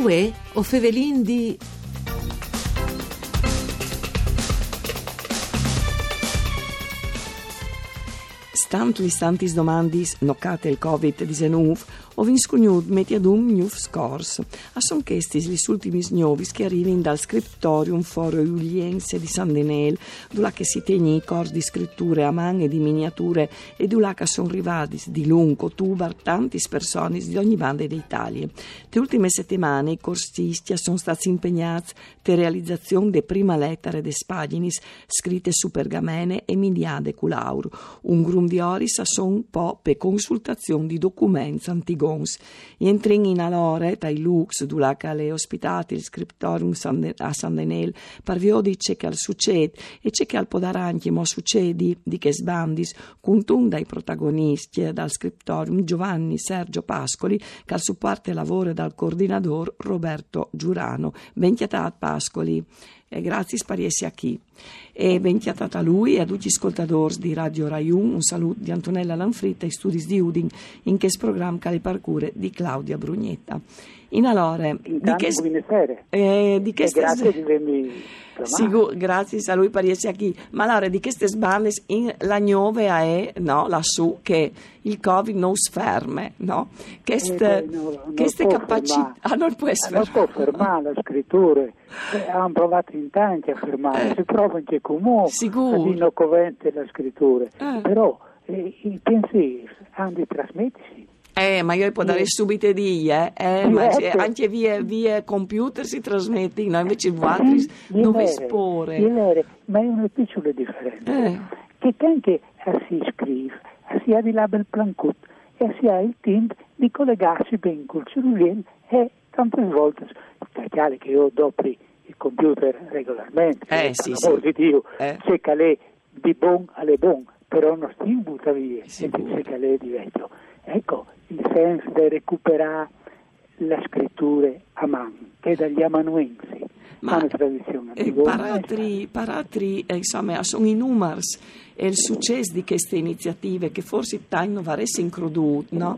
Uè, o fevelin di... Stant li stantis domandis noccate il Covid-19 o vinscugnud metiadum nuf scors. A son chestis lis ultimis novis che arrivin dal scriptorium foro iuliense di San Denel, dula che si tegni i cors di scritture a man e di miniature e dula che son rivadis di lungo tubar tantis personis di ogni bande d'Italia. Te ultime settimane i corsisti sono stati impegnati te realizzazione de prima lettere de spaginis scritte su pergamene e miliade culaur, un grum di oris a son po' per consultazione di documenti antigons. Entrin in alore, dai lux, dulaca le ospitate il scriptorium a San Denel, parvio dice che al succede e c'è che al podaranchi mo succedi di che sbandis, cuntun dai protagonisti dal scriptorium Giovanni Sergio Pascoli, che al supporte lavoro dal coordinador Roberto Giurano. Ben chiatat Pascoli. E grazie spariessi a chi. E ben chiatata a lui e a tutti gli ascoltatori di Radio Rai 1. Un saluto di Antonella Lanfritta e studi di Udin in che programma che le parcure di Claudia Brugnetta. In allora, di che grazie di venire. Grazie a lui pariessi a chi. Ma allora di queste sbandes in la nuove è no lassù che il Covid non sferme, no? Queste capacità non può non può fermare le scritture. Hanno provato in tanti a fermare, si prova anche comunque ad inocovente la scrittura, però i pensieri hanno di trasmettersi. Ma io può dare subito di ma anche via computer si trasmette, no? Invece voi non vi spore. Ma è una piccola differenza, che anche si scrive, si ha di là bel plancut e si ha il tempo di collegarsi ben col cellulare e tante volte, chiaro che io dopo il computer regolarmente, di Dio, se calè di buon alle buon, però non si butta via, se calè di vecchio. Ecco il senso di recuperare le scritture a mano, che dagli amanuensi, una tradizione paratri insomma, sono i numeri e il successo di queste iniziative che forse tanto varesse introdotto, no?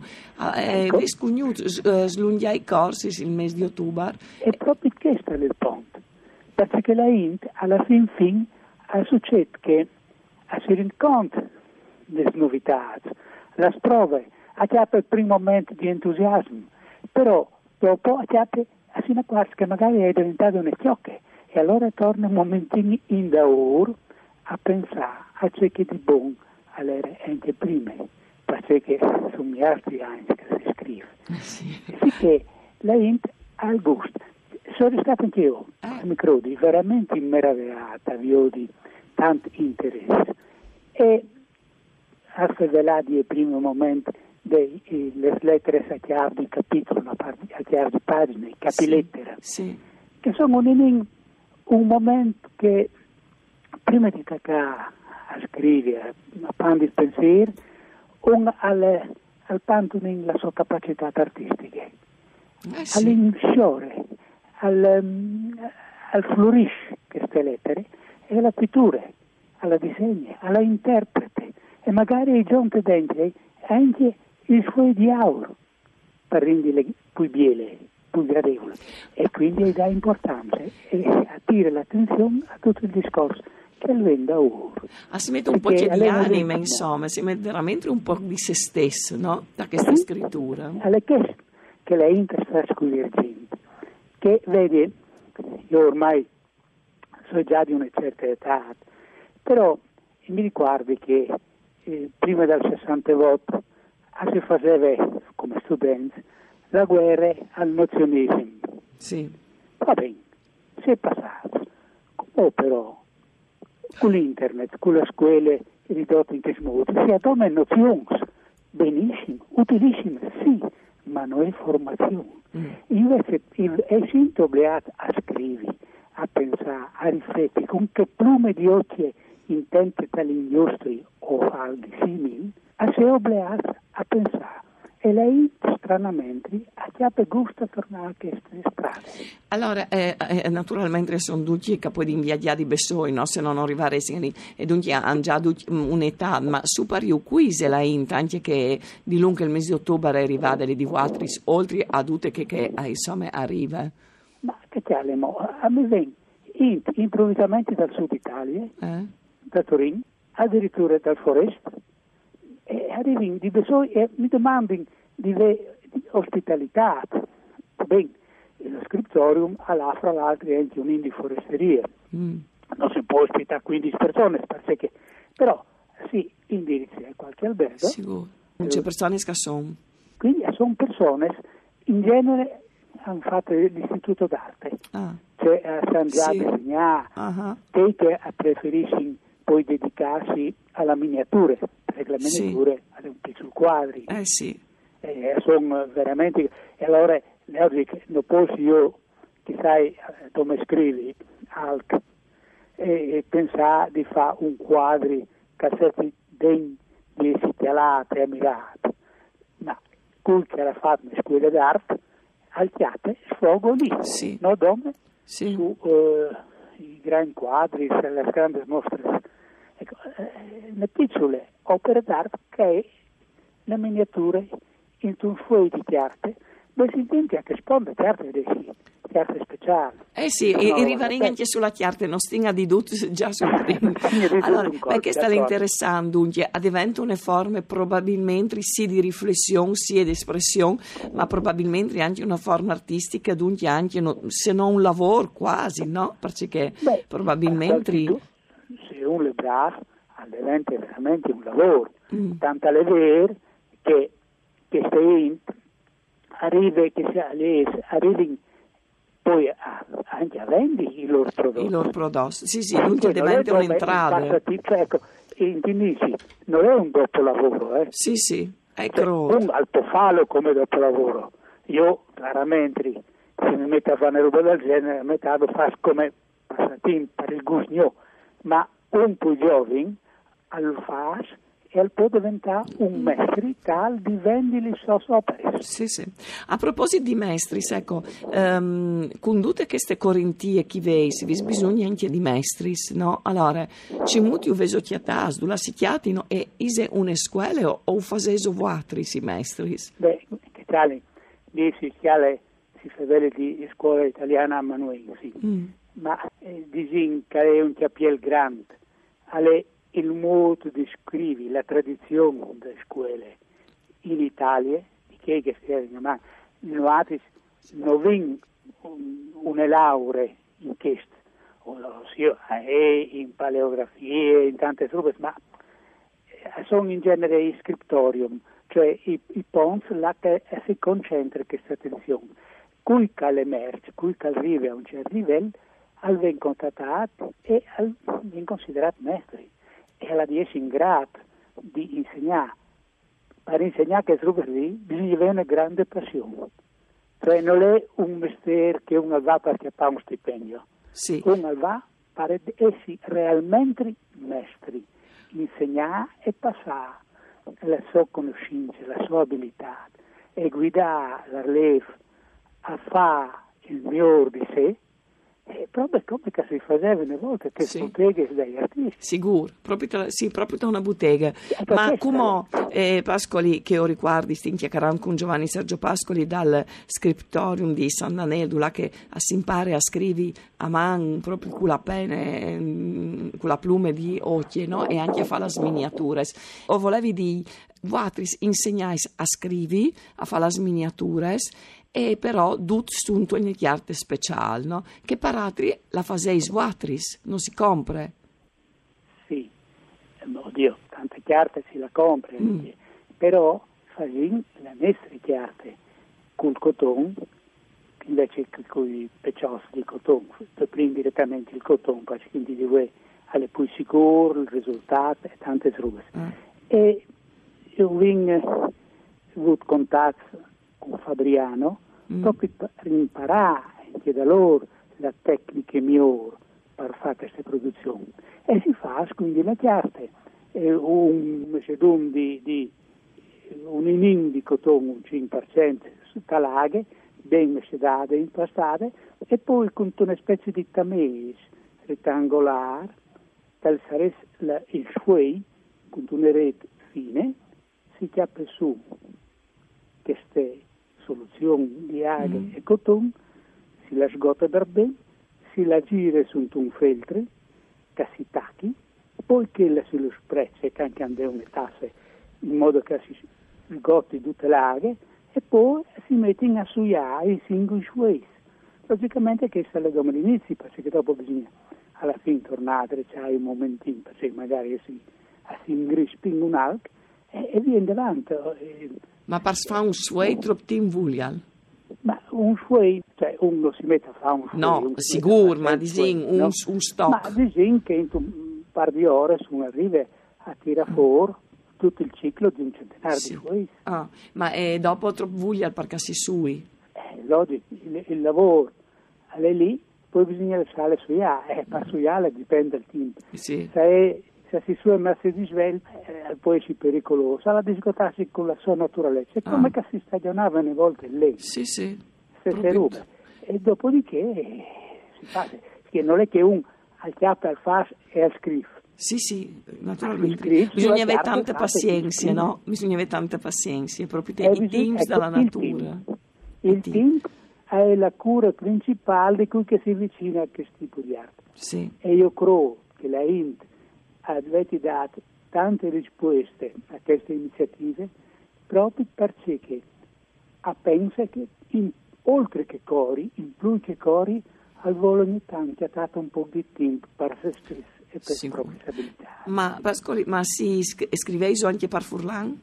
Slungiai corsi il mese di ottobre. E proprio questo è il punto, perché la Int alla fin succede che si rincontra le novità, le prove, a il primo momento di entusiasmo, però dopo a una quarta che magari è diventato una chiocche e allora torna un momentino in daur a pensare a ciò che di buon all'era anche prima, perché sono gli altri anni che si scrive. Sì che la Int ha il gusto. Sono stato anche io, mi credi, veramente meravigliata, di tanto interesse. E a svegliare il primo momento le lettere a chiave di capitolo, a chiave di pagine, i capilettera, che sono un momento che prima di toccare a scrivere, a pan di pensiero, al pantonin la sua capacità artistica, all'insciore, al flurisce queste lettere e alla pittura, alla disegna, alla interprete e magari giunte dentro anche i suoi di auro per renderle più biele, più gradevoli e quindi dà importanza e attira l'attenzione a tutto il discorso che lo vende a oro. Si mette un po' di anima, insomma, si mette veramente un po' di se stesso, no? Da questa scrittura. Alle che la Inter sta scogliendo, che vedi, io ormai sono già di una certa età, però mi ricordo che prima del 68 si faceva come studenti la guerra al nozionismo. Sì. Va bene, si è passato. Come però con l'internet, con le scuole ridotte in questo modo, si adottano nozioni benissimo, utilissime, sì, ma non è formazione. Invece è sempre obbligato a scrivere, a pensare, a riflettere con che plume di occhi interpreta gli ingiusti o faldi simili, a se obbligato a pensare e lei stranamente ha già gusto tornare a queste strade. Allora, naturalmente sono tutti che poi inviare di Bessoi, no? Se non arrivare e dunque hanno già un'età, ma superiore qui se la int, anche che di lungo il mese di ottobre arriva delle di Vuatris, oltre a tutte che insomma arriva. Ma che chiamo? A me viene improvvisamente dal sud Italia, da Torino, addirittura dal Forest, e arrivano di Bessoi e mi domandano di ospitalità. Bene, lo scriptorium ha fra l'altro anche un'indi foresteria. Non si può ospitare 15 persone, perché, però si indirizza a qualche albergo. Sicuro, non c'è persone che sono. Quindi sono persone, in genere, hanno fatto l'istituto d'arte, cioè sanno già disegnare, che preferiscono poi dedicarsi alla miniatura, perché la miniatura è un piccolo quadri. Sono veramente, e allora non posso io, che sai come scrivi, e pensare di fare un quadro che sia ben sitialato e ammirato, ma quel che era fatto nelle scuole d'arte, al chiate sfogo lì, no dove? Su i grandi quadri, le grandi mostre. Ecco, le piccole opere d'arte che è la miniatura in un fuoco di chiarte, dove si intende che sponde chiarte speciali. E rivaring anche sulla chiarte, non stinga di tutto già sul primo. Allora, perché sta interessando, diventa una forma probabilmente sì di riflessione, sì di espressione, ma probabilmente anche una forma artistica, dunque anche, se non un lavoro quasi, no? Perché probabilmente... Se uno è bravo, diventa veramente un lavoro. Tanto è vero che se arrivi poi anche a vendere i loro prodotti. Sì, dunque diventa un'entrata. Ecco, non è un dopo lavoro. Sì, un altofalo come dopo lavoro. Io, chiaramente, se mi metto a fare una roba del genere, a metà lo faccio come passatempo per il gusto, ma un po' giovane lo fa e può diventare un maestro tal di vendere le sue opere. Sì. A proposito di maestri, ecco, con tutte queste corintie che veis, vi bisogna anche di maestri, no? Allora, ci muti un veso chiatas, du la si chiatino e ise une scuole o faseso vuatri i maestri? Beh, che tale, lì si fa di scuola italiana a Manuensi, ma disin che è un capiel grande, alle il modo di scrivere la tradizione delle scuole in Italia, che si chiama, non abbiamo una laurea in questo, ossia in paleografia, in tante cose, ma sono in genere i scriptorium, cioè i ponti là che si concentra questa attenzione. Cui che l'emerge, cui che arriva a un certo livello, al viene contattato e al viene considerato maestri. E alla di essere in grado di insegnare. Per insegnare che roba lì bisogna avere una grande passione. Cioè non è un mestiere che uno va perché fa un stipendio. Uno va per essere realmente maestri. Insegnare e passare la sua conoscenza, la sua abilità e guidare l'allievo a fare il migliore di sé. Proprio come che si faceva una volta che botteghe dagli artisti. Sicuro, proprio da una bottega. Ma come Pascoli, che io ricordi, stiamo chiacchierando con Giovanni Sergio Pascoli dal scriptorium di San Danello, là che si impara a scrivere a mano, proprio con la penna, con la plume di occhie, no? E anche a fare le miniature. O volevi dire, voi insegnai a scrivere, a fare le miniature, e però tutto sunto in chiarte speciali, no? Che per altri la faseis vuatris, non si compra. Sì, oddio, tante chiarte si la compra, però fasin le nostre chiarte col cotone, invece che con i peccios di cotone, per prendere direttamente il cotone, perché quindi di voi alle più sicuro, il risultato e tante robe. E io ho avuto contatto con Fabriano, proprio per imparare anche da loro la tecnica migliore per fare queste produzioni. E si fa quindi la chiarte, un macedone di un inin di cotone, un 5% su talaghe, ben mescedate, impastate, e poi con una specie di tameis rettangolare, tal sarebbe il shuei, con una rete fine, si chiappa su queste soluzioni di aghe e cotone, si la sgota per bene, si la gira su un feltre, che si tacchi, poi che la si lo sprezza e anche andare una tasse in modo che si sgotti tutte le aghe, e poi si mette in assuiare i singoli shuei. Logicamente questa è la domanda all'inizio, perché dopo bisogna alla fine tornare, c'è un momentino, perché magari si ingrispi in un alc e viene davanti. Ma per fare un shuei troppo vuglial? Ma un shuei, cioè uno si mette a fare un shuei. No, sicuro, ma un stock. Ma disin che in un par di ore su una rive a tirare fuori tutto il ciclo di un centenario di shuei. Ah, ma dopo troppo vuglial perché si sui? Logico, il lavoro è lì, poi bisogna lasciare suiare, per suiare dipende dal tempo. Sì. Se si sua messa di svelta, poi è pericoloso, alla disgotarsi con la sua naturalezza, è come che si stagionava una volta lei. Sì, sì. Stesse robe. E dopodiché si fa, che non è che un al chiappa, al fas e al scrive. Sì, sì, naturalmente. Bisogna avere tanta pazienza, no? Bisogna avere tanta pazienza, proprio i teams dalla natura. Il team è la cura principale di cui che si avvicina a questo tipo di arte. Sì. E io credo che la INT avete dato tante risposte a queste iniziative proprio perché pensa che oltre che cori, in più che cori, al volo ogni tanto ha dato un po' di tempo per se stesso e per le proprie abilità. Ma Pascoli, ma si scrivevi anche per Furlan?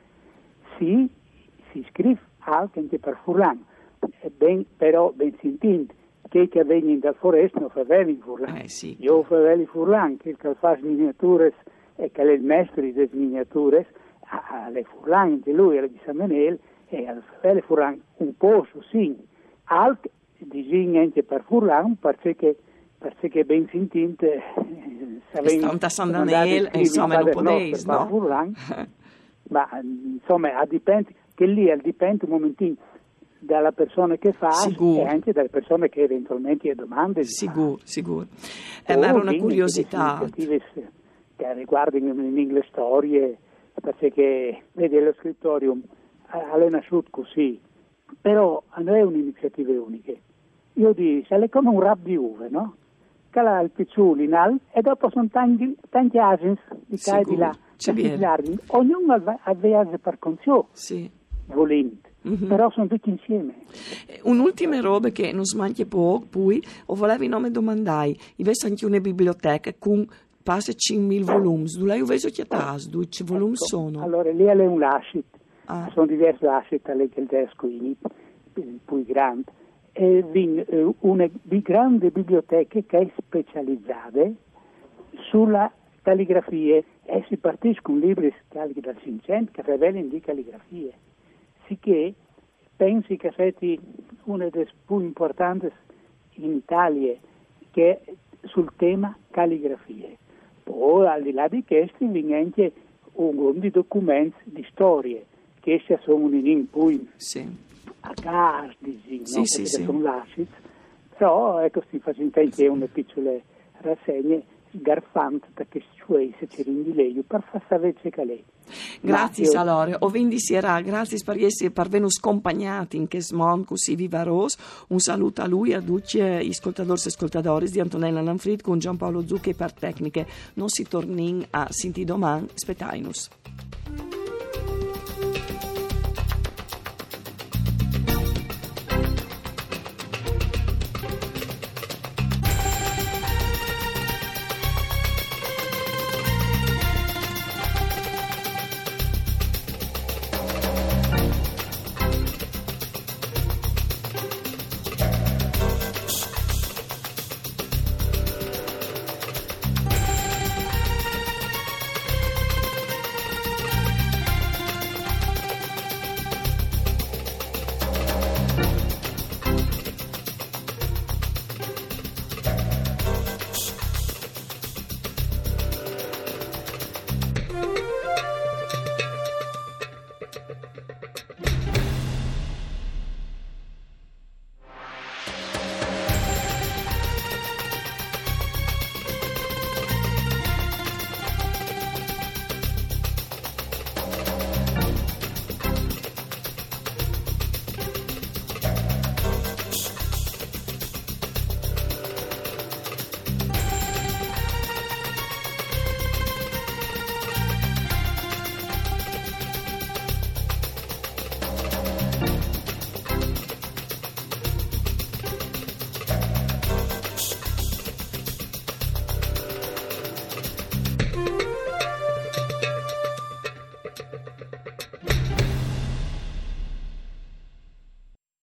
Sì, si scrive anche per Furlan, però ben si intende che vengono dal foresta non fa in Furlan. Sì. Io fa in Furlan, che fa miniature e che è il maestro delle miniature, alle Furlan, di lui, alle di San Menel, e alle Furlan un po' sì, alt disegna anche per Furlan, perché ben si intende Sta San Daniel, insomma, non poteis, no? Furlan, ma insomma, dipende, che lì dipende un momentino dalla persona che fa e anche dalle persone che eventualmente domande. Sicuro. Ma era una curiosità. Che riguardano le storie, perché vedi lo scrittorio è nasciuto così, però non è un'iniziativa unica. Io dico, è come un rap di uve, no? Che ha il picciolo in al e dopo sono tanti asins di qua e di là. Ognuno aveva per consiglio, volente. Mm-hmm. Però sono tutti insieme. Un'ultima roba che non smanchi poco, poi, o volevi nome domandai, invece anche una biblioteca con quasi 5.000 volumi, tu l'hai visto che che volumi sono? Allora, lì è un lascit, sono diversi lascit alle che il desco più grande, e una grande biblioteca che è specializzata sulla calligrafia, e si partisce con libri dal 500 che rivelano di calligrafie. Che pensi che sia una delle più importanti in Italia che è sul tema calligrafie. Poi al di là di questi viene anche un gruppo di documenti di storie che sono in cui a casa sono lasciati, però ecco si fa anche una piccola rassegna sgarfante perché se c'è in lei per far sapere che lei. Grazie allora, o vendi sera, grazie per essere parvenuti scompagnati in questo mondo così vivaros. Un saluto a lui, a tutti gli ascoltatori e ascoltatori di Antonella Lanfrid con Giampaolo Zucchi per tecniche. Non si torni a sentire domani, aspettainus.